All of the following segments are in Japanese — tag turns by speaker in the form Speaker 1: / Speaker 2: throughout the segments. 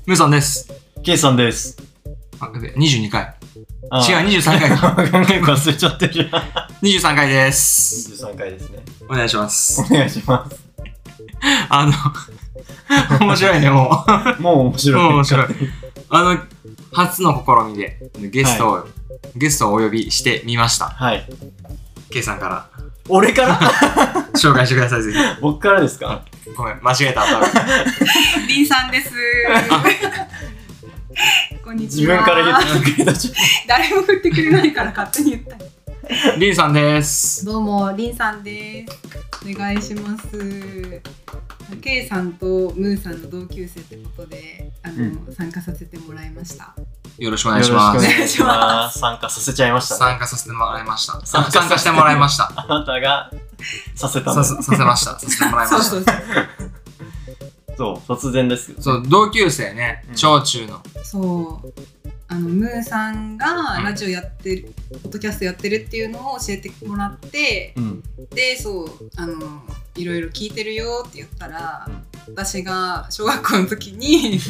Speaker 1: ムーさんです。
Speaker 2: ケイさんです。
Speaker 1: あ、22回。違う、23回か。
Speaker 2: 忘れちゃってるじゃん。
Speaker 1: 23回です。
Speaker 2: 23回ですね。
Speaker 1: お願いします。
Speaker 2: お願いします。
Speaker 1: 面白いね、も
Speaker 2: う。もう面白い。
Speaker 1: もう面白い。初の試みでゲストをお呼びしてみました。
Speaker 2: はい。
Speaker 1: ケイさんから。
Speaker 2: 俺から
Speaker 1: 紹介してください、ぜひ。
Speaker 2: 僕からですか？
Speaker 1: ごめん、間違えた。
Speaker 3: リンさんです。こんにちは。
Speaker 2: 自分から言ってくれたじゃん。
Speaker 3: 誰も振ってくれないから勝手に言った。
Speaker 1: リンさんです。
Speaker 3: どうも、リンさんです。お願いします。ケイさんとムーさんの同級生ってことで、参加させてもらいました。
Speaker 1: よろしくお願いします。
Speaker 3: お願いします。
Speaker 2: 参加させちゃいましたね。
Speaker 1: 参加させてもらいました。参加してもらいました。
Speaker 2: あなたがさせたの。
Speaker 1: させました。させてもらいました。
Speaker 2: そう、突然ですけど。
Speaker 1: そう、同級生ね、小中の。
Speaker 3: そう。ムーさんがラジオやってる、ポッドキャストやってるっていうのを教えてもらって、で、そう、いろいろ聞いてるよって言ったら、私が小学校の時に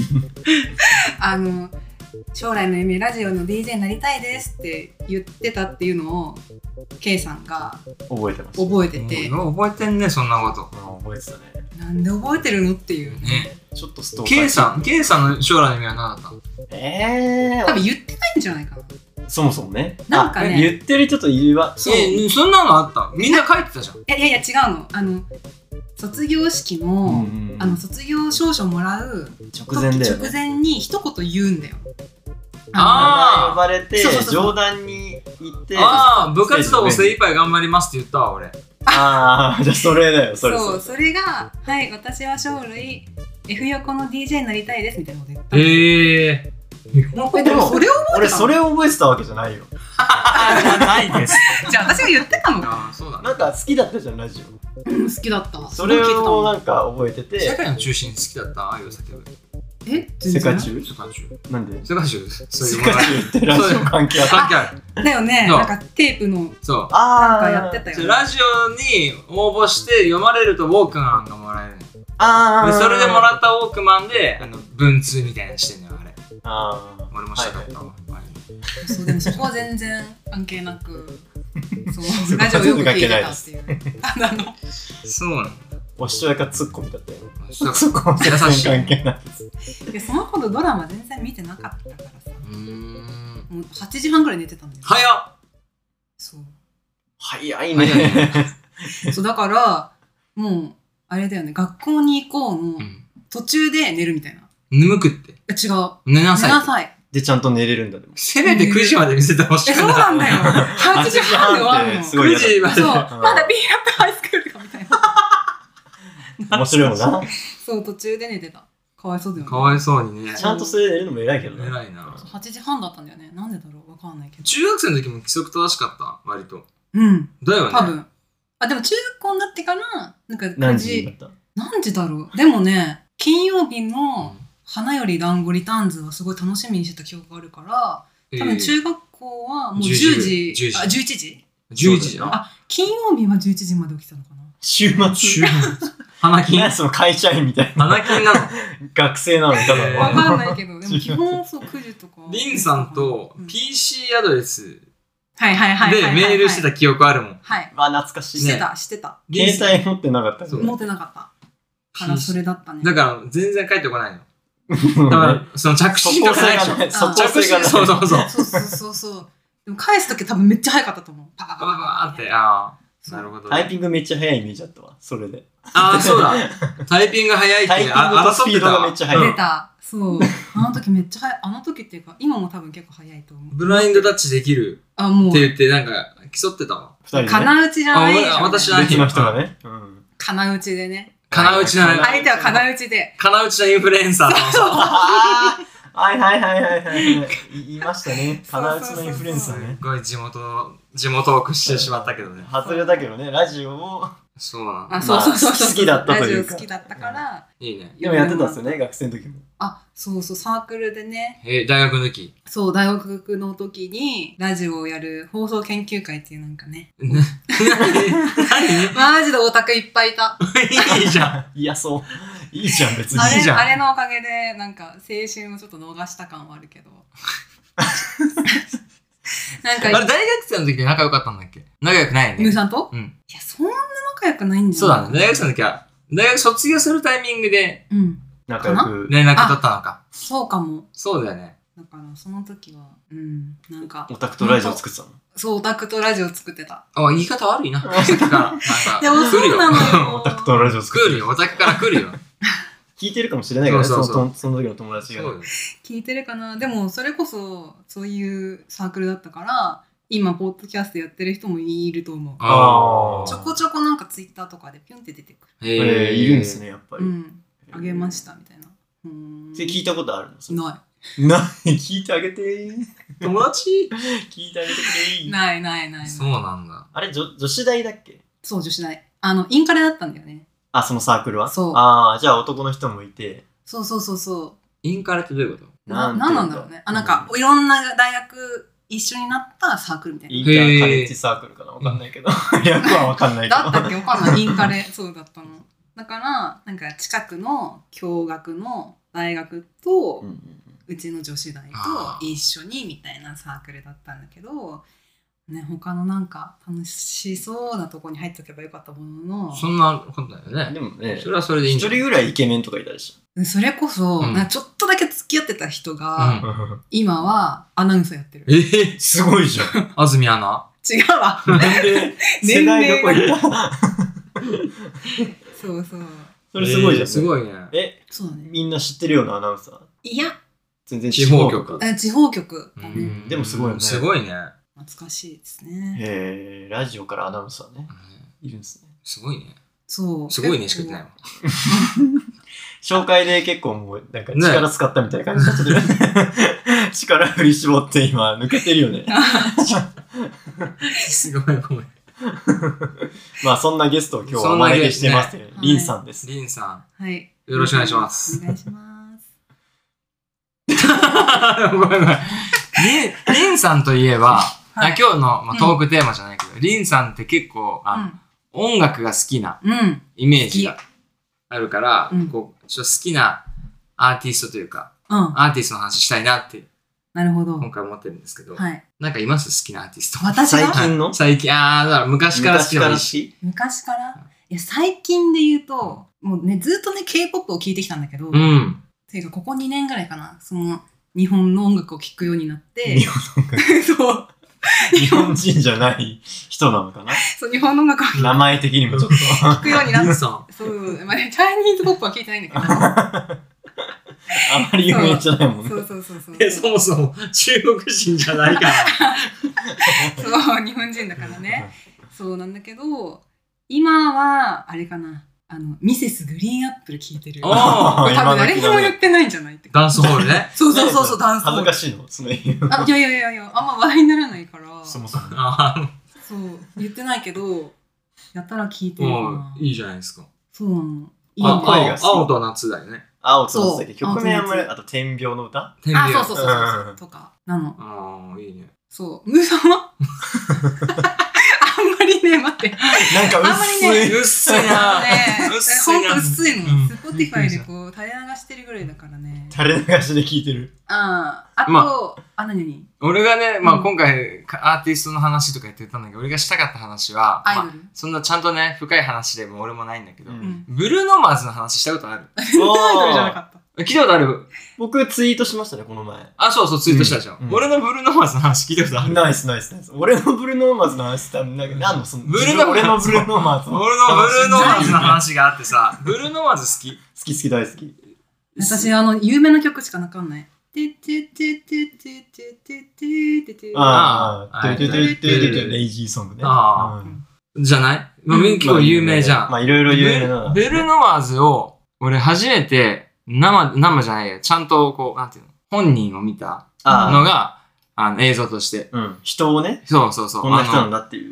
Speaker 3: 将来の夢ラジオの DJ になりたいですって言ってたっていうのをケイさんが
Speaker 2: 覚えてます。
Speaker 3: 覚えてて、
Speaker 1: 覚えてんね、そんなこと。
Speaker 2: 覚えてたね。
Speaker 3: なんで覚えてるのっていうね。
Speaker 2: ちょっとストーカー。
Speaker 1: ケイさんの将来の夢は何だったの？
Speaker 3: 多分言ってないんじゃないかな。
Speaker 2: そもそもね。
Speaker 3: なんかね、
Speaker 2: 言ってる人といるわ。
Speaker 1: そんなのあった？みんな書いてたじゃん。
Speaker 3: いや違うの。卒業式の卒業証書もらう
Speaker 2: 直前だよね。
Speaker 3: 直前に一言言うんだよ。
Speaker 2: 名前呼ばれて冗談に言って、
Speaker 1: 部活動を精一杯頑張りますって言ったわ俺。
Speaker 2: じゃあそれだよ。
Speaker 3: それが、はい、私は将来 F 横の DJ になりたいですみたいなこと言った。でもそれを
Speaker 2: 俺それを覚えてたわけじゃないよ。
Speaker 1: ないです。
Speaker 3: じゃあ私が言ってたのか。
Speaker 2: なんか好きだったじゃん、ラジオ。
Speaker 3: 好きだった。
Speaker 2: それをなんか覚えてて。
Speaker 1: 世界の中心好きだった。ああいう叫ぶ。
Speaker 2: 世界中？なんで？世界中ってラジオ関係
Speaker 1: あ
Speaker 3: る。だよね。なんかテープのなんかやってたよね。
Speaker 1: ラジオに応募して読まれるとウォークマンがもらえる。それでもらったウォークマンで文通みたいなのしてんのよあれ。俺もしたかったわ。
Speaker 3: そうでもそこは全然関係なく、そうラジオよく聞いてたっていう。
Speaker 1: そうなの。
Speaker 2: おしとやかツッコミだったよ。
Speaker 1: そこは優しい。
Speaker 2: 関係ない
Speaker 3: です。その頃ドラマ全然見てなかったからさ。もう8時半ぐらい寝てたんだよ。
Speaker 1: 早っ。
Speaker 3: そう。
Speaker 2: 早いね。
Speaker 3: そうだからもうあれだよね。学校に行こうの途中で寝るみたいな。
Speaker 1: 眠くって。
Speaker 3: 違う。
Speaker 1: 寝なさい。
Speaker 2: でちゃんと寝れるんだ。
Speaker 1: せめて9時まで見せてほしい。
Speaker 3: そうなんだよ。8時半で終わるの。
Speaker 2: 9
Speaker 1: 時まで。
Speaker 3: そう。まだ B ラップハイスクールかみたいな。
Speaker 2: 面白いもんな。
Speaker 3: そう、途中で寝てた。かわいそうだよね。
Speaker 1: かわいそうにね。
Speaker 2: ちゃんとそれ寝るのも偉いけどね。
Speaker 1: 偉いな。
Speaker 3: 8時半だったんだよね。なんでだろうわかんないけど。
Speaker 1: 中学生の時も規則正しかった割と。だよね。
Speaker 3: 多分。でも中学校になってから、なんか9時。
Speaker 2: 何時だった？
Speaker 3: 何時だろう。でもね、金曜日の花より団子リターンズはすごい楽しみにしてた記憶があるから、多分中学校はもう10時。あ、11時
Speaker 1: ?11 時な。
Speaker 3: 金曜日は11時まで起きたのかな。
Speaker 2: 週末
Speaker 1: 花金
Speaker 2: その会社員みたいな。
Speaker 1: 花金なの？
Speaker 2: 学生なのにただ
Speaker 3: わかんないけど、でも基本そう9時とか。
Speaker 1: リンさんと PC アドレスで
Speaker 3: メ
Speaker 1: ールしてた記憶あるもん。
Speaker 3: はい。
Speaker 2: 懐かしいね。
Speaker 3: してた。
Speaker 2: 携帯持ってなかった。
Speaker 3: 持ってなかった。からそれだったね。
Speaker 1: だから全然帰ってこないの。だからその着信とかないでしょ。
Speaker 2: 着信がない。
Speaker 3: そう。でも返すとき多分めっちゃ早かったと思う。パパ
Speaker 1: ーって、なるほど。
Speaker 2: タイピングめっちゃ早いイメージあったわ、それで。
Speaker 1: そうだ。タイピング早いって、
Speaker 2: タイピングとスピードがめっちゃ速い。
Speaker 3: 出た。そう。あの時めっちゃ早い。あの時っていうか、今も多分結構早いと思う。
Speaker 1: ブラインドタッチできるって言って、なんか競ってたわ。
Speaker 3: 金内じゃないじゃん。
Speaker 1: 私は
Speaker 2: 別の人がね。
Speaker 3: 金内でね。
Speaker 1: 金内な
Speaker 3: 相手は金内で。
Speaker 1: 金内のインフルエンサー。
Speaker 2: 言いましたね。金内のインフルエンサーね。
Speaker 1: すごい地元を屈してしまったけどね。
Speaker 2: 外れだけどね、ラジオを。
Speaker 1: そうなんだ。
Speaker 3: そう。
Speaker 2: 好きだったというか。
Speaker 3: ラジオ好きだったから。
Speaker 1: いいね。
Speaker 2: でもやってたんですよね、学生の時も。
Speaker 3: そう、サークルでね。
Speaker 1: 大学の時？
Speaker 3: そう、大学の時に、ラジオをやる放送研究会っていうなんかね。
Speaker 1: 何？
Speaker 3: マジでオタクいっぱいいた。
Speaker 1: いいじゃん。
Speaker 2: いや、そう。 いいじゃん、別に。
Speaker 3: あれ
Speaker 2: いいじゃん。
Speaker 3: あれのおかげで、なんか、青春をちょっと逃した感はあるけど。なんか、
Speaker 1: あれ、大学生の時で仲良かったんだっけ？仲良くないよね。
Speaker 3: ムーさんと？
Speaker 1: うん。
Speaker 3: いや、そんな仲良くないんじゃない？
Speaker 1: そうだね。大学生の時は、大学卒業するタイミングで
Speaker 2: 仲良く。
Speaker 1: 連絡取ったのか。
Speaker 3: そうかも。
Speaker 1: そうだよね。
Speaker 3: だから、その時は、なんか。
Speaker 2: オタクとラジオ作ってたの？
Speaker 3: そう、オタクとラジオ作ってた。
Speaker 1: あ、言い方悪いな。さっきから。なんか、
Speaker 3: でもそうなのよ。
Speaker 2: オタクとラジオ作って
Speaker 1: 来るよ。オタクから来るよ。
Speaker 2: 聞いてるかもしれないからね、
Speaker 1: そうそう
Speaker 2: その時の友達が。
Speaker 3: 聞いてるかな。でも、それこそ、そういうサークルだったから、今、ポッドキャストやってる人もいると思う。
Speaker 2: ああ。
Speaker 3: ちょこちょこなんかツイッターとかでピョンって出てくる。
Speaker 2: いるんですね、やっぱり。
Speaker 3: あげましたみたいな。
Speaker 2: それ聞いたことあるの？
Speaker 3: ない。
Speaker 2: 聞いてあげて。
Speaker 1: 友達
Speaker 2: 聞いてあげてくれ。
Speaker 3: ない。
Speaker 1: そうなんだ。
Speaker 2: あれ、女子大だっけ？
Speaker 3: そう、女子大。インカレだったんだよね。
Speaker 2: あ、そのサークルは？
Speaker 3: そう。
Speaker 2: ああ、じゃあ男の人もいて。
Speaker 3: そう。
Speaker 1: インカレってどういうこと？
Speaker 3: なんなんだろうね。なんか、いろんな大学一緒になったサークルみたいな。
Speaker 2: インターカレッジサークルかな？わかんないけど。略はわかんないけど。
Speaker 3: だったっけ？わかんない。インカレ、そうだったの。だから、なんか近くの共学の大学と、うちの女子大と一緒にみたいなサークルだったんだけど、ね、他のなんか楽しそうなとこに入っとけばよかったものの。
Speaker 1: そんなことだよね。
Speaker 2: でもね、
Speaker 1: それはそれでいいんじゃない？
Speaker 2: 一人ぐらいイケメンとかいたでしょ。
Speaker 3: それこそ、なんかちょっとだけ付き合ってた人が、今はアナウンサーやってる。
Speaker 2: すごいじゃん。
Speaker 1: 安住アナ？
Speaker 3: 違うわ。
Speaker 2: なんで世代どこ行った？
Speaker 3: そう。
Speaker 2: それすごいじゃん。
Speaker 1: すごいね。
Speaker 3: そうだね。
Speaker 2: みんな知ってるようなアナウンサー？
Speaker 3: いや。
Speaker 2: 全然
Speaker 1: 地方局。
Speaker 3: 地方局だね。
Speaker 2: でもすごいね。
Speaker 1: すごいね。
Speaker 3: 懐かしいですね。
Speaker 2: へえ、ラジオからアナウンサーね。いるんですね。
Speaker 1: すごいね。
Speaker 3: そう。
Speaker 1: すごいねしか言ってないわ。
Speaker 2: 紹介で結構もうなんか力使ったみたいな感じになっちゃってる。力振り絞って今抜けてるよね。
Speaker 1: すごいごめん。
Speaker 2: まあそんなゲストを今日はお招きしてますね。リンさんです。
Speaker 1: リンさ
Speaker 3: ん。はい。
Speaker 1: よろしくお願いします。
Speaker 3: お願いします。
Speaker 1: ごめん。リンさんといえば、今日のトークテーマじゃないけど、リンさんって結構音楽が好きなイメージがあるから、こうちょっと好きなアーティストというか、アーティストの話したいなって
Speaker 3: なるほど。
Speaker 1: 今回思ってるんですけど、
Speaker 3: はい。
Speaker 1: なんかいます好きなアーティスト。
Speaker 3: 私が
Speaker 2: 最近の
Speaker 1: 最近、だから昔から好きなのし。
Speaker 3: 昔からいや、最近で言うと、もうね、ずっとね、K-POP を聴いてきたんだけど、ていうか、ここ2年ぐらいかな、その、日本の音楽を聴くようになって、
Speaker 2: 日本の音楽
Speaker 3: そう。
Speaker 2: 日本人じゃない人なのかな
Speaker 3: そう、日本の音楽を
Speaker 2: 名前的にもちょっと。
Speaker 3: 聴くようになって、
Speaker 1: そう。
Speaker 3: まあね、チャイニーズポップは聴いてないんだけど、
Speaker 2: あまり有名じゃないもんね。
Speaker 3: そう。
Speaker 1: そもそも中国人じゃないから。
Speaker 3: そう、日本人だからね。そうなんだけど、今は、あれかな、ミセスグリーンアップル聴いてる。多分誰にも言ってないんじゃないって。
Speaker 1: ダンスホールね。
Speaker 3: そう、ダンスホール。
Speaker 2: 恥ずかしいのその
Speaker 3: いや、あんま話題にならないから。
Speaker 2: そもそも。
Speaker 3: そう、言ってないけど、やったら聴いてるかな。
Speaker 1: いいじゃないですか。
Speaker 3: そうなの。
Speaker 1: 青と夏だよね。
Speaker 2: 青と夏だけど、曲名あんまり、あと天秤の歌？
Speaker 3: そう。とか、なの。
Speaker 1: いいね。
Speaker 3: そう。ムーさんはあんまりね、待って。
Speaker 2: なんか
Speaker 1: 薄いな。
Speaker 3: ほんと薄いの。Spotify でこう、垂れ流してるぐらいだからね。
Speaker 2: 垂れ流しで聴いてる。
Speaker 3: あと、何
Speaker 1: 俺がね、今回アーティストの話とか言ってたんだけど、俺がしたかった話は、そんなちゃんとね、深い話でも俺もないんだけど、ブルーノマーズの話したことある？
Speaker 3: じゃなかった。
Speaker 1: 聞いたことある？
Speaker 2: 僕ツイートしましたね、この前。
Speaker 1: そう、ツイートしたでしょ。俺のブルーノマーズの話聞いたことある？
Speaker 2: ナイス。俺のブルーノマーズの話って何のその、俺のブルーノマーズの
Speaker 1: 話があってさ、ブルーノマーズ好き？
Speaker 2: 好き、大好き。
Speaker 3: 私、有名な曲しかわかんない。レイ
Speaker 2: ジーソングね。
Speaker 1: じゃない？結構有名じゃん。
Speaker 2: まあいろいろ有名な。
Speaker 1: ブルーノマーズを、俺初めて、生じゃないよ。ちゃんとこう、なんていうの？本人を見たのが、映像として。
Speaker 2: 人をね。
Speaker 1: そう。
Speaker 2: こんな人なんだっていう。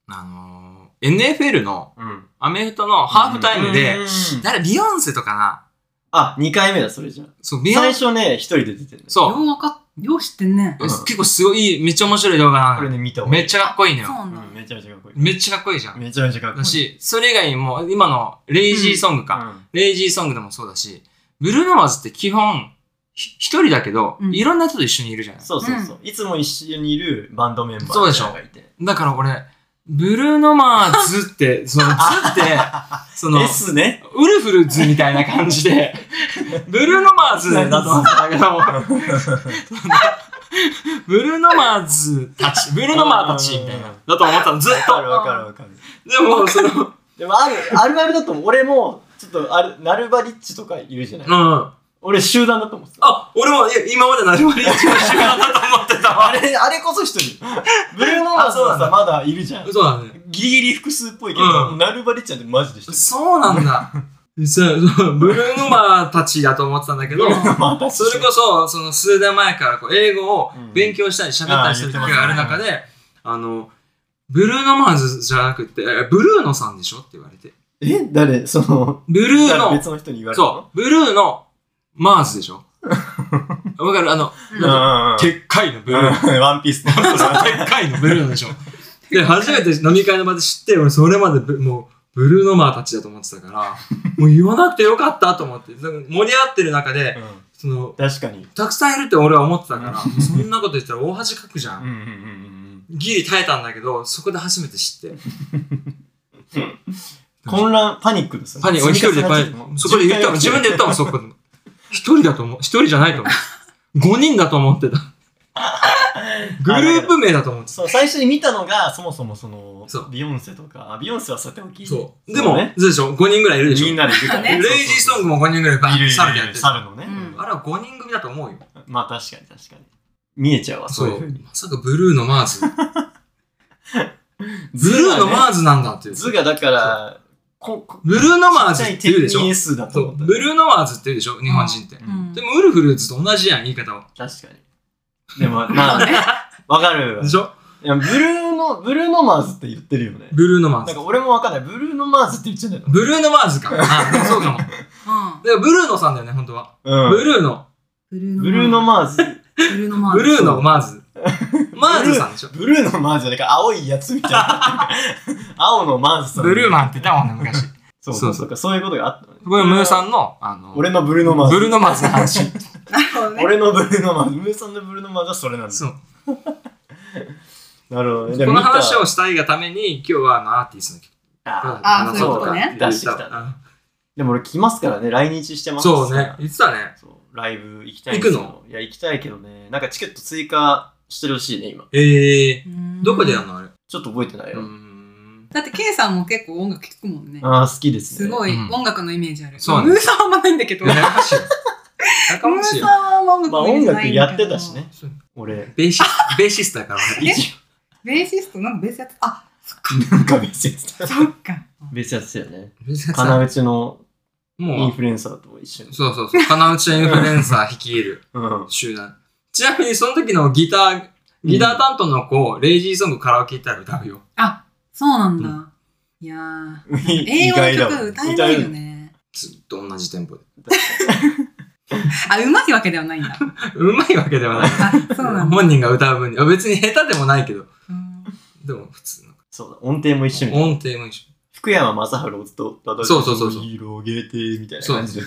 Speaker 1: NFL の、アメフトのハーフタイムで、ビヨンセとかな。
Speaker 2: 2回目だ、それじゃ。
Speaker 1: そう、
Speaker 2: 最初ね、一人で出てる。
Speaker 1: そう。
Speaker 3: よう知ってんね。
Speaker 1: 結構すごい、めっちゃ面白い動画なの。
Speaker 2: これね、見た
Speaker 1: めっちゃかっこいいのよ。
Speaker 3: そうなんだ。
Speaker 2: めちゃめちゃかっこい。
Speaker 1: めっちゃかっこいいじゃん。
Speaker 2: めちゃめちゃかっこいい。
Speaker 1: だし、それ以外にも、今のレイジーソングか。レイジーソングでもそうだし、ブルーノマーズって基本、一人だけど、いろんな人と一緒にいるじゃない。
Speaker 2: そうそうそう。いつも一緒にいるバンドメンバー
Speaker 1: そうでしょ。だから俺、ブルーノマーズって、そのズって、その、
Speaker 2: S ね。
Speaker 1: ウルフルズみたいな感じで、ブルーノマーズだと思ったんだけども、ブルーノマーズたち、ブルーノマーたちみたいな、だと思ったの、ずっと。
Speaker 2: わかる。
Speaker 1: でも、その、
Speaker 2: でもあるだと思う。俺も、ちょっとナルバリッチとかいるじゃない。俺集団だと思ってた。
Speaker 1: あ、俺も今までナルバリッチの集団だと思ってた。
Speaker 2: あれこそ一人。ブルーノマーズはさ、まだいるじゃん。
Speaker 1: そうだね。
Speaker 2: ギリギリ複数っぽいけど、ナルバリッチなんてマジで一人。
Speaker 1: そうなんだ。ブルーノマーたちだと思ってたんだけど、それこそ、その数年前から英語を勉強したり喋ったりする時がある中で、ブルーノマーズじゃなくて、ブルーノさんでしょって言われて。
Speaker 2: 誰
Speaker 1: ブルーの、
Speaker 2: 別の人に言われたの？
Speaker 1: そう、ブルーのマーズでしょわかるでっかいのブルー。
Speaker 2: ワンピース。で
Speaker 1: っかいのブルーのでしょ。で、初めて飲み会の場で知って、俺それまでもう、ブルーノマーたちだと思ってたから、もう言わなくてよかったと思って、盛り上がってる中で、その、
Speaker 2: 確かに。
Speaker 1: たくさんいるって俺は思ってたから、そんなこと言ったら大恥かくじゃん。ギリ耐えたんだけど、そこで初めて知って。
Speaker 2: 混乱、パニックですよ。
Speaker 1: パニック、俺一人でパニック。そこで言ったもん、自分で言ったもん、そこで。一人だと思う。一人じゃないと思う。5人だと思ってた。グループ名だと思ってた。
Speaker 2: そう、最初に見たのが、そもそもその、ビヨンセとか、ビヨンセはさておき。
Speaker 1: そう。でも、そうでしょ ?5 人ぐらいいるでしょ
Speaker 2: みんなでいるからね。
Speaker 1: レイジーソングも5人ぐらいバーッて猿でやってる。
Speaker 2: 猿のね。
Speaker 1: あれは5人組だと思うよ。
Speaker 2: まあ確かに。見えちゃうわ、そういう風に。
Speaker 1: まさかブルーのマーズ。ブルーのマーズなんだっていう。
Speaker 2: 図がだから、
Speaker 1: ブルーノマーズって言うでしょブルーノマーズって言うでしょ日本人って。でもウルフルズと同じやん、言い方は。
Speaker 2: 確かに。でも、まあね。わかる。
Speaker 1: でしょ
Speaker 2: いや、ブルーノマーズって言ってるよね。
Speaker 1: ブルーノマーズ。
Speaker 2: なんか俺もわかんない。ブルーノマーズって言っちゃうんだよ。
Speaker 1: ブルーノマーズか。あ、でもそうかも。だからブルーノさんだよね、本当は。ブルーノ。
Speaker 2: ブルーノマーズ。
Speaker 1: ブルーノマーズ。マーズさんでしょ
Speaker 2: ブルーのマーズじゃないか、青いやつみたいな。青のマーズさん。
Speaker 1: ブルーマンって言ったもんね、昔。
Speaker 2: そういうことがあったのね。
Speaker 1: これムーさんの、
Speaker 2: 俺のブルーノマーズ。
Speaker 1: ブルーノマーズの話。
Speaker 3: なるほどね。
Speaker 2: 俺のブルーノマーズ。ムーさんのブルーノマーズはそれなんだ。
Speaker 1: そう。
Speaker 2: なるほどね。
Speaker 1: この話をしたいがために、今日はアーティストの
Speaker 3: あ、そういうことね。
Speaker 2: 出してきた。でも俺来ますからね、来日してますから。
Speaker 1: そうね、言ってたね。
Speaker 2: ライブ行きたいんですよ。行くの？いや、行きたいけどね。なんかチケット追加してるらしいね、今。
Speaker 1: どこでやるのあれ。
Speaker 2: ちょっと覚えてないよ。
Speaker 3: だって、ケイさんも結構音楽聴くもんね。
Speaker 2: ああ、好きですね。
Speaker 3: すごい音楽のイメージある。
Speaker 1: そう。
Speaker 3: ムーさんはあんまないんだけど。ムー
Speaker 1: さ
Speaker 3: んは音楽のイメージないんだけど。
Speaker 2: 音楽やってたしね。俺。
Speaker 1: ベーシストだからね。
Speaker 3: ベーシストなんかベースやってた。あ、そっか。
Speaker 2: なんかベースやってた。
Speaker 3: そっか。
Speaker 2: ベースやってたよね。金内のインフルエンサーと一緒に。
Speaker 1: そう。金内インフルエンサー率いる集団。ちなみにその時のギター担当の子、レイジーソングカラオケ行ったら歌うよ。
Speaker 3: あ、そうなんだ。いやー、英語の曲歌えないよね。
Speaker 1: ずっと同じテンポで。
Speaker 3: あ、うまいわけではないんだ。
Speaker 1: うまいわけではない。
Speaker 3: そうなんだ。
Speaker 1: 本人が歌う分に。別に下手でもないけど。でも普通の。
Speaker 2: そうだ、音程も一緒みたいな。
Speaker 1: 音程も一緒。
Speaker 2: 福山雅治をずっと、
Speaker 1: そう。
Speaker 2: 広げて、みたいな感じで。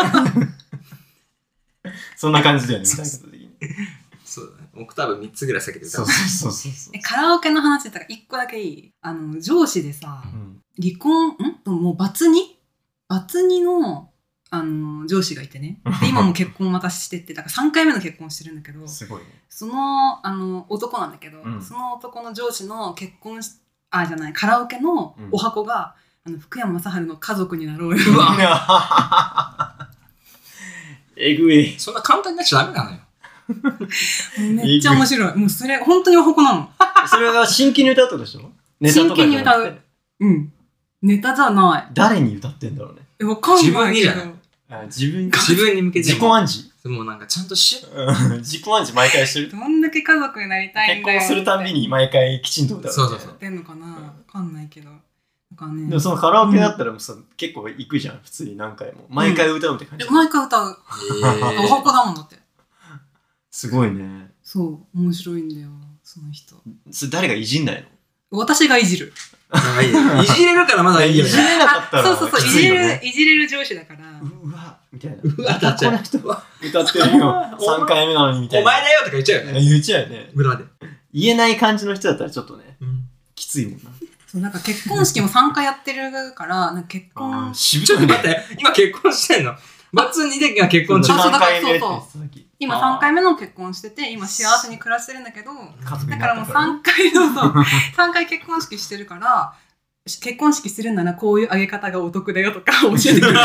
Speaker 2: そんな感じだよね、歌い方的に。
Speaker 1: そうだね。オクターブ3つぐらい避けて歌う。
Speaker 3: そう。カラオケの話だったら1個だけいい？上司でさ、離婚、もうバツ2の、上司がいてね。で、今も結婚私してて、だから3回目の結婚してるんだけど、
Speaker 2: すごいね。
Speaker 3: その、男なんだけど、その男の上司のカラオケのお箱が、福山雅治の家族になろうよ。
Speaker 1: うわ
Speaker 2: えぐい。
Speaker 1: そんな簡単になっちゃダメなのよ。
Speaker 3: めっちゃ面白い。もうそれ、本当にお箱なの。
Speaker 2: それが真剣に歌うってことでしょ？
Speaker 3: 真剣に歌う。うん。ネタじゃない。
Speaker 2: 誰に歌ってんだろうね。
Speaker 3: わかんないけど。
Speaker 2: 自分
Speaker 1: に向けて。
Speaker 2: 自己暗示？
Speaker 1: もうなんかちゃんと自
Speaker 2: 己暗示毎回してる。
Speaker 3: どんだけ家族になりたいんだよ。
Speaker 2: 結婚するたびに毎回きちんと歌う。
Speaker 1: そう。
Speaker 3: やってんのかな？わかんないけど。
Speaker 2: でもそのカラオケだったらもうさ、結構行くじゃん、普通に何回も。毎回歌うって感じ。
Speaker 3: 毎回歌う。お箱だもんだって。
Speaker 2: すごいね。
Speaker 3: そう、面白いんだよ、その人。
Speaker 2: それ誰がいじんないの？
Speaker 3: 私がいじる。
Speaker 1: いじれるからまだいいよね。
Speaker 2: いじれなかったら
Speaker 3: そう、いじれる上司だから。
Speaker 2: うわみたいな。
Speaker 1: うわ、当たっちゃう。
Speaker 2: この人は歌ってるよ。3回目なのにみたいな。
Speaker 1: お前だよとか言っちゃうよね。
Speaker 2: 言っちゃうよね。
Speaker 1: 裏で。
Speaker 2: 言えない感じの人だったらちょっとね、きついもんな。
Speaker 3: そう、なんか結婚式も3回やってるから、なんか結婚。
Speaker 1: ちょっと待って、今結婚してんの？バツ2的が結婚中。
Speaker 3: そう、今3回目の結婚してて、今幸せに暮らしてるんだけど、だからもう3回結婚式してるから、結婚式するならこういうあげ方がお得だよとか教えてくれる。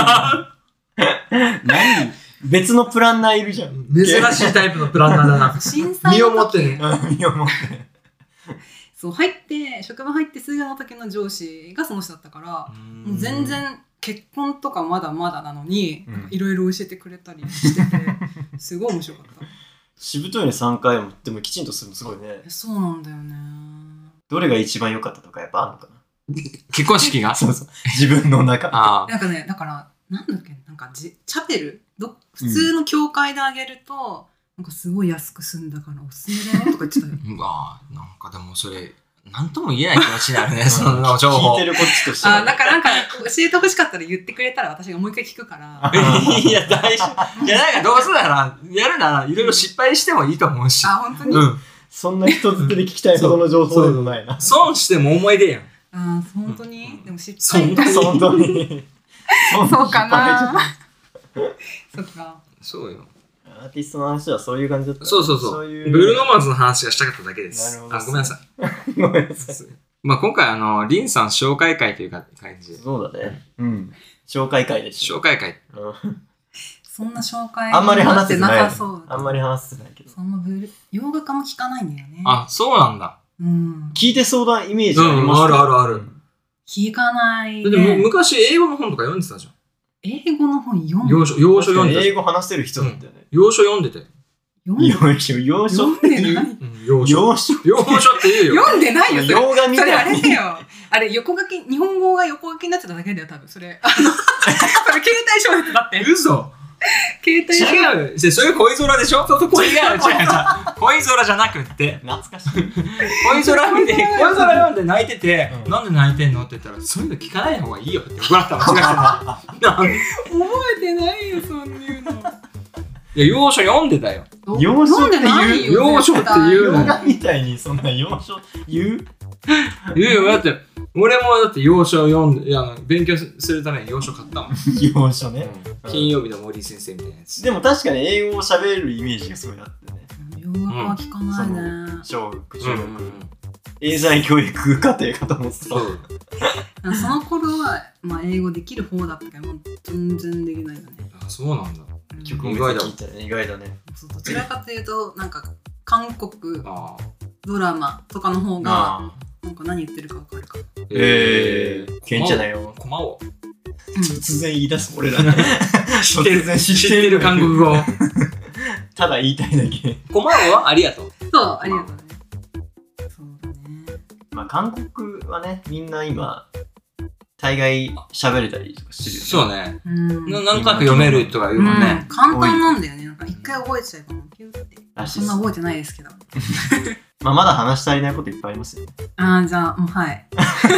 Speaker 2: 何？別のプランナーいるじゃん。
Speaker 1: 珍しいタイプのプランナーだな。身をもってね。
Speaker 2: 身をもってね。
Speaker 3: そう、職場入ってすぐの時の上司がその人だったから、もう全然結婚とかまだまだなのに、いろいろ教えてくれたりしてて、すごい面白かった。
Speaker 2: しぶといね3回も、でもきちんとするのすごいね。
Speaker 3: そうなんだよね。
Speaker 2: どれが一番良かったとかやっぱあるのかな？
Speaker 1: 結婚式が？
Speaker 2: そうそう。自分の中。
Speaker 3: なんかね、だから、なんだっけ、なんかチャペル普通の教会であげると、なんかすごい安く済んだからおすすめだよとか言ってたよ。
Speaker 1: うわぁ、なんかでもそれ、なんとも言えない気持ちになるね、その情報。
Speaker 2: 聞いてるこっちとしては。
Speaker 3: だからなんか教えてほしかったら言ってくれたら私がもう一回聞くから。
Speaker 1: いや、大丈夫。いや、なんかどうせなら、やるならいろいろ失敗してもいいと思うし。
Speaker 3: 本当に？
Speaker 2: そんな人づてで聞きたいほどの情報でもないな。
Speaker 1: 損しても思い出やん。
Speaker 3: 本当に？でも失敗。
Speaker 2: 本当に。
Speaker 3: そうかな。そっか。
Speaker 1: そうよ。
Speaker 2: アーティストの話はそういう感じだった。
Speaker 1: そう。ブルーノマーズの話がしたかっただけです。ごめんなさい。
Speaker 2: ごめんなさい。
Speaker 1: まあ今回リンさん紹介会という感じで。
Speaker 2: そうだね。紹介会でしょ。
Speaker 1: 紹介会。
Speaker 3: そんな紹介
Speaker 2: あんまり話せてない。
Speaker 3: あんまり
Speaker 2: 話せてないけど。
Speaker 3: そんな洋楽家も聞かないんだよね。
Speaker 1: そうなんだ。
Speaker 2: 聞いてそうなイメージあります。
Speaker 1: ある。
Speaker 3: 聞かないね。
Speaker 1: でも昔英語の本とか読んでたじゃん。
Speaker 3: 英語の本読んで
Speaker 1: た。洋書読んでた。
Speaker 2: 英語話せる人だったよね。
Speaker 1: 洋書読んでて。
Speaker 2: 洋書って言う？洋書って
Speaker 1: 言うよ。
Speaker 3: 読んでないよ。
Speaker 2: 洋画みたいな。
Speaker 3: それあれだよ。あれ横書き、日本語が横書きになってただけだよ、多分。それ携帯小説だって。
Speaker 1: 嘘。
Speaker 3: 携帯
Speaker 1: 違う。それ恋空でしょ？違う。恋空じゃなくって。
Speaker 2: 懐かしい。
Speaker 1: 恋空見て、恋空読んで泣いてて、なんで泣いてんのって言ったら、そういうの聞かない方がいいよって怒られた。間違ってない。
Speaker 3: 覚えてないよ、そんいうの。
Speaker 1: いや、洋書読んでたよ。
Speaker 2: 洋書って言う？
Speaker 1: 洋書って言うの。
Speaker 2: 洋画みたいにそんな洋書言う？
Speaker 1: 言うよ。だって、俺もだって洋書読んで、勉強するために洋書買ったもん。
Speaker 2: 洋書ね。
Speaker 1: 金曜日の森先生みたいなやつ。
Speaker 2: でも確かに英語を喋れるイメージがすごいあってね。
Speaker 3: 洋楽は聞かないね。
Speaker 2: 小学。英才教育課程かと思って
Speaker 3: た。その頃は、英語できる方だったけど、全然できないよね。
Speaker 1: そうなんだ。
Speaker 2: 曲も聞いたね。意外だね。
Speaker 3: どちらかというと、なんか、韓国ドラマとかの方が、なんか何言ってるか分かるかも。
Speaker 2: ケンちゃんだよ。
Speaker 1: コマを。
Speaker 2: 突然言い出す俺ら。
Speaker 1: 知ってる韓国語。
Speaker 2: ただ言いたいだけ。
Speaker 1: コマはありがとう。
Speaker 3: そう、ありがとうね。そうだね。
Speaker 2: 韓国はね、みんな今、大概喋れたりとかしてるよね。
Speaker 1: そうね。なんとなく読めるとか言うもんね。
Speaker 3: 簡単なんだよね。なんか一回覚えちゃえばもうピューって。そんな覚えてないですけど。
Speaker 2: まだ話し足りないこといっぱいありますよね。
Speaker 3: じゃあ、はい。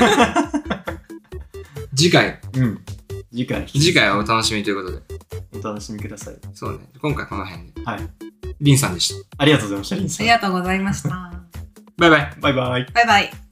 Speaker 1: 次回。
Speaker 2: 次回
Speaker 1: はお楽しみということで。
Speaker 2: お楽しみください。
Speaker 1: そうね。今回この辺で。
Speaker 2: はい。
Speaker 1: リンさんでした。
Speaker 2: ありがとうございました、リンさん。
Speaker 3: ありがとうございました。
Speaker 1: バイバイ。
Speaker 2: バイバイ。
Speaker 3: バイバイ。